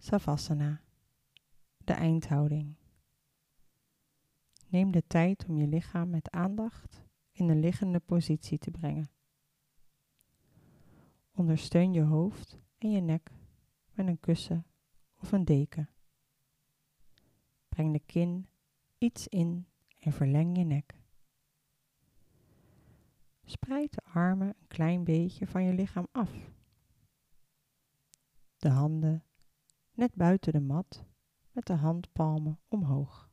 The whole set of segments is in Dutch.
Savasana, de eindhouding. Neem de tijd om je lichaam met aandacht in een liggende positie te brengen. Ondersteun je hoofd en je nek met een kussen of een deken. Breng de kin iets in en verleng je nek. Spreid de armen een klein beetje van je lichaam af. De handen net buiten de mat met de handpalmen omhoog.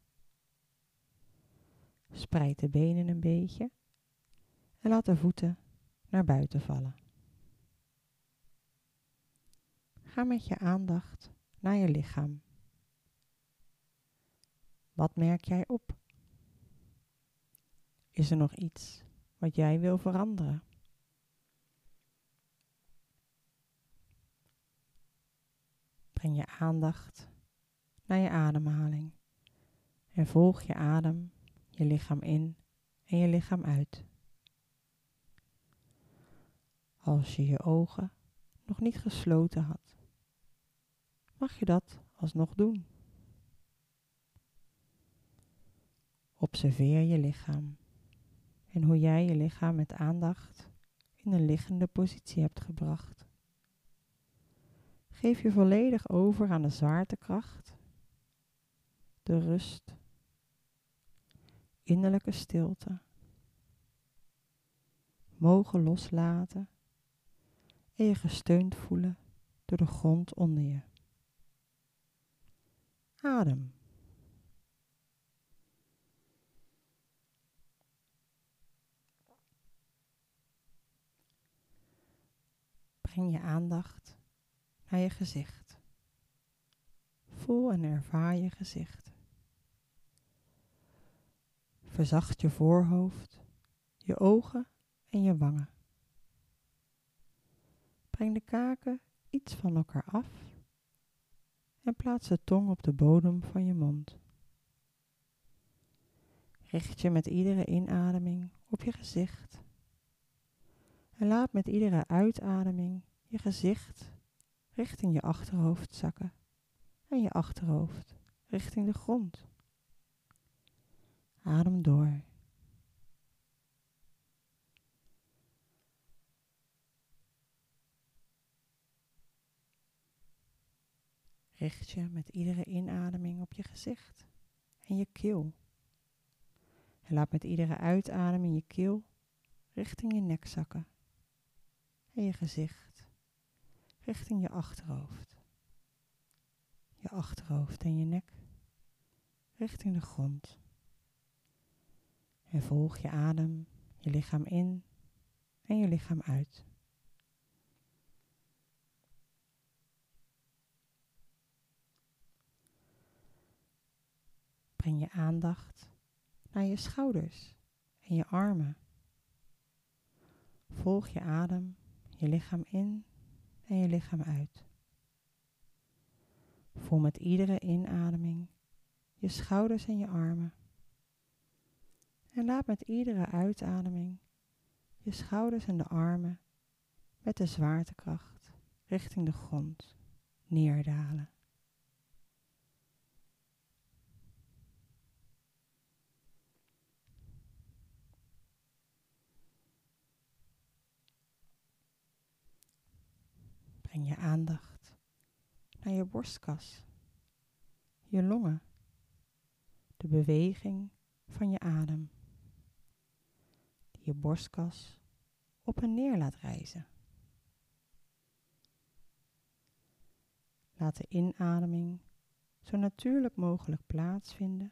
Spreid de benen een beetje en laat de voeten naar buiten vallen. Ga met je aandacht naar je lichaam. Wat merk jij op? Is er nog iets wat jij wil veranderen? Breng je aandacht naar je ademhaling en volg je adem, je lichaam in en je lichaam uit. Als je je ogen nog niet gesloten had, mag je dat alsnog doen. Observeer je lichaam en hoe jij je lichaam met aandacht in een liggende positie hebt gebracht. Geef je volledig over aan de zwaartekracht, de rust, innerlijke stilte, mogen loslaten en je gesteund voelen door de grond onder je. Adem. Breng je aandacht naar je gezicht. Voel en ervaar je gezicht. Verzacht je voorhoofd, je ogen en je wangen. Breng de kaken iets van elkaar af en plaats de tong op de bodem van je mond. Richt je met iedere inademing op je gezicht en laat met iedere uitademing je gezicht richting je achterhoofd zakken en je achterhoofd richting de grond. Adem door. Richt je met iedere inademing op je gezicht en je keel. En laat met iedere uitademing je keel richting je nek zakken. En je gezicht richting je achterhoofd. Je achterhoofd en je nek richting de grond. En volg je adem, je lichaam in en je lichaam uit. Breng je aandacht naar je schouders en je armen. Volg je adem, je lichaam in en je lichaam uit. Voel met iedere inademing je schouders en je armen. En laat met iedere uitademing je schouders en de armen met de zwaartekracht richting de grond neerdalen. Breng je aandacht naar je borstkas, je longen, de beweging van je adem, die je borstkas op en neer laat reizen. Laat de inademing zo natuurlijk mogelijk plaatsvinden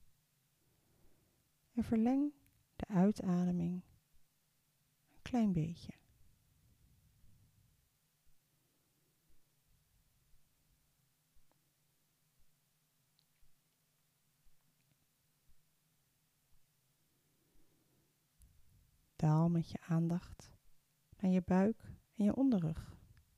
en verleng de uitademing een klein beetje. Daal met je aandacht naar je buik en je onderrug.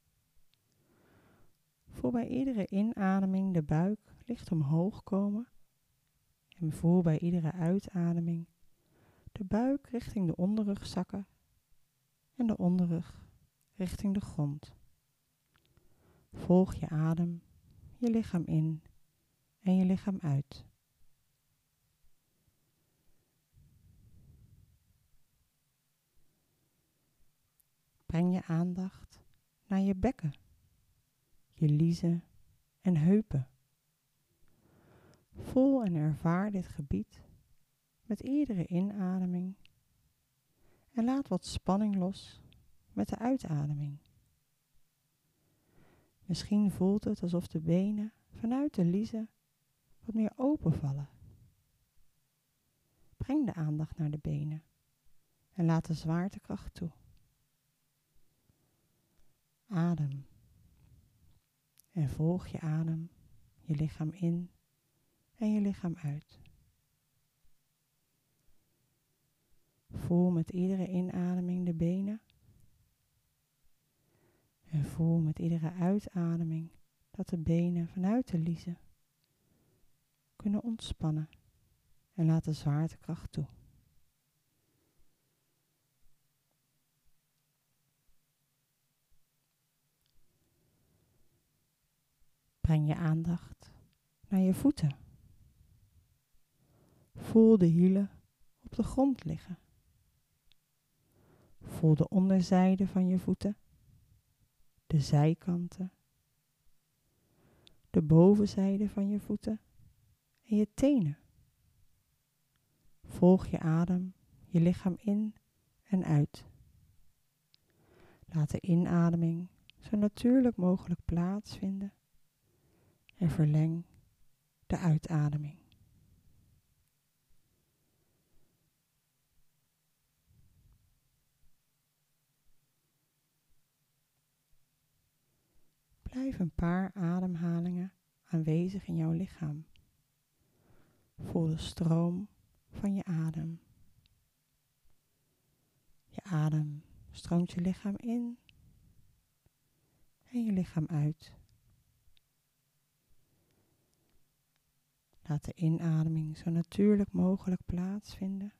Voel bij iedere inademing de buik licht omhoog komen en voel bij iedere uitademing de buik richting de onderrug zakken en de onderrug richting de grond. Volg je adem, je lichaam in en je lichaam uit. Breng je aandacht naar je bekken, je liezen en heupen. Voel en ervaar dit gebied met iedere inademing en laat wat spanning los met de uitademing. Misschien voelt het alsof de benen vanuit de liezen wat meer openvallen. Breng de aandacht naar de benen en laat de zwaartekracht toe. Adem en volg je adem, je lichaam in en je lichaam uit. Voel met iedere inademing de benen en voel met iedere uitademing dat de benen vanuit de liezen kunnen ontspannen en laat de zwaartekracht toe. Breng je aandacht naar je voeten. Voel de hielen op de grond liggen. Voel de onderzijde van je voeten, de zijkanten, de bovenzijde van je voeten en je tenen. Volg je adem, je lichaam in en uit. Laat de inademing zo natuurlijk mogelijk plaatsvinden en verleng de uitademing. Blijf een paar ademhalingen aanwezig in jouw lichaam. Voel de stroom van je adem. Je adem stroomt je lichaam in en je lichaam uit. Laat de inademing zo natuurlijk mogelijk plaatsvinden.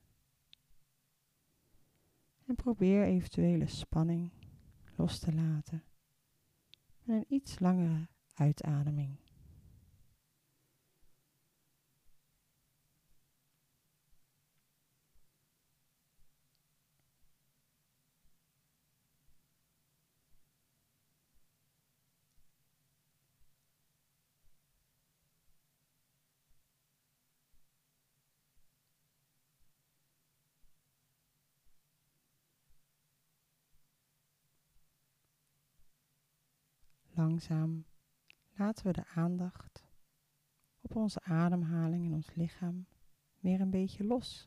En probeer eventuele spanning los te laten met een iets langere uitademing. Langzaam laten we de aandacht op onze ademhaling in ons lichaam weer een beetje los.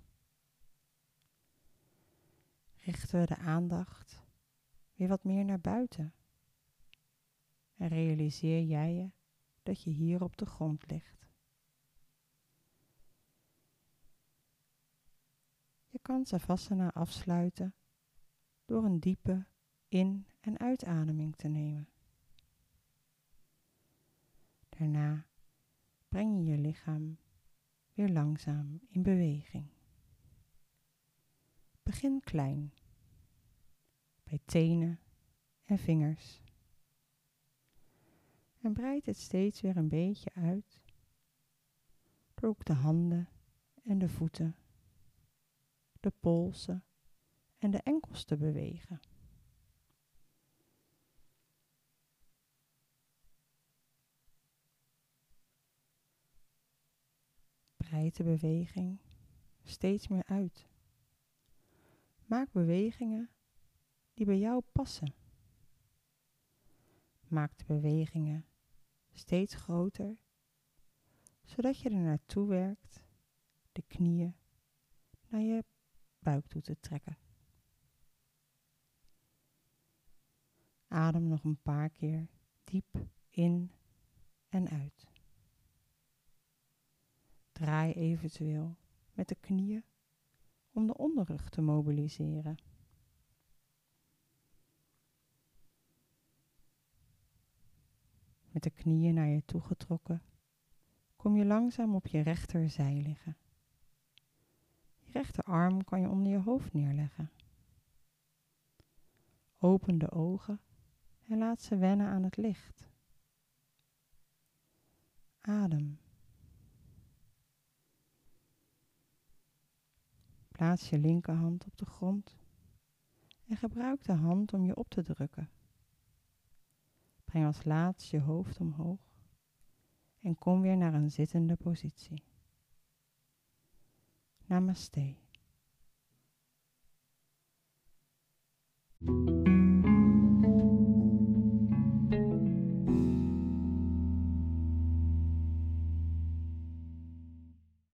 Richten we de aandacht weer wat meer naar buiten. En realiseer jij je dat je hier op de grond ligt. Je kan Savasana afsluiten door een diepe in- en uitademing te nemen. Daarna breng je je lichaam weer langzaam in beweging. Begin klein, bij tenen en vingers. En breid het steeds weer een beetje uit, door ook de handen en de voeten, de polsen en de enkels te bewegen. Breid de beweging steeds meer uit. Maak bewegingen die bij jou passen. Maak de bewegingen steeds groter, zodat je er naartoe werkt de knieën naar je buik toe te trekken. Adem nog een paar keer diep in en uit. Draai eventueel met de knieën om de onderrug te mobiliseren. Met de knieën naar je toe getrokken, kom je langzaam op je rechterzij liggen. Je rechterarm kan je onder je hoofd neerleggen. Open de ogen en laat ze wennen aan het licht. adem. Plaats je linkerhand op de grond en gebruik de hand om je op te drukken. Breng als laatst je hoofd omhoog en kom weer naar een zittende positie. Namaste.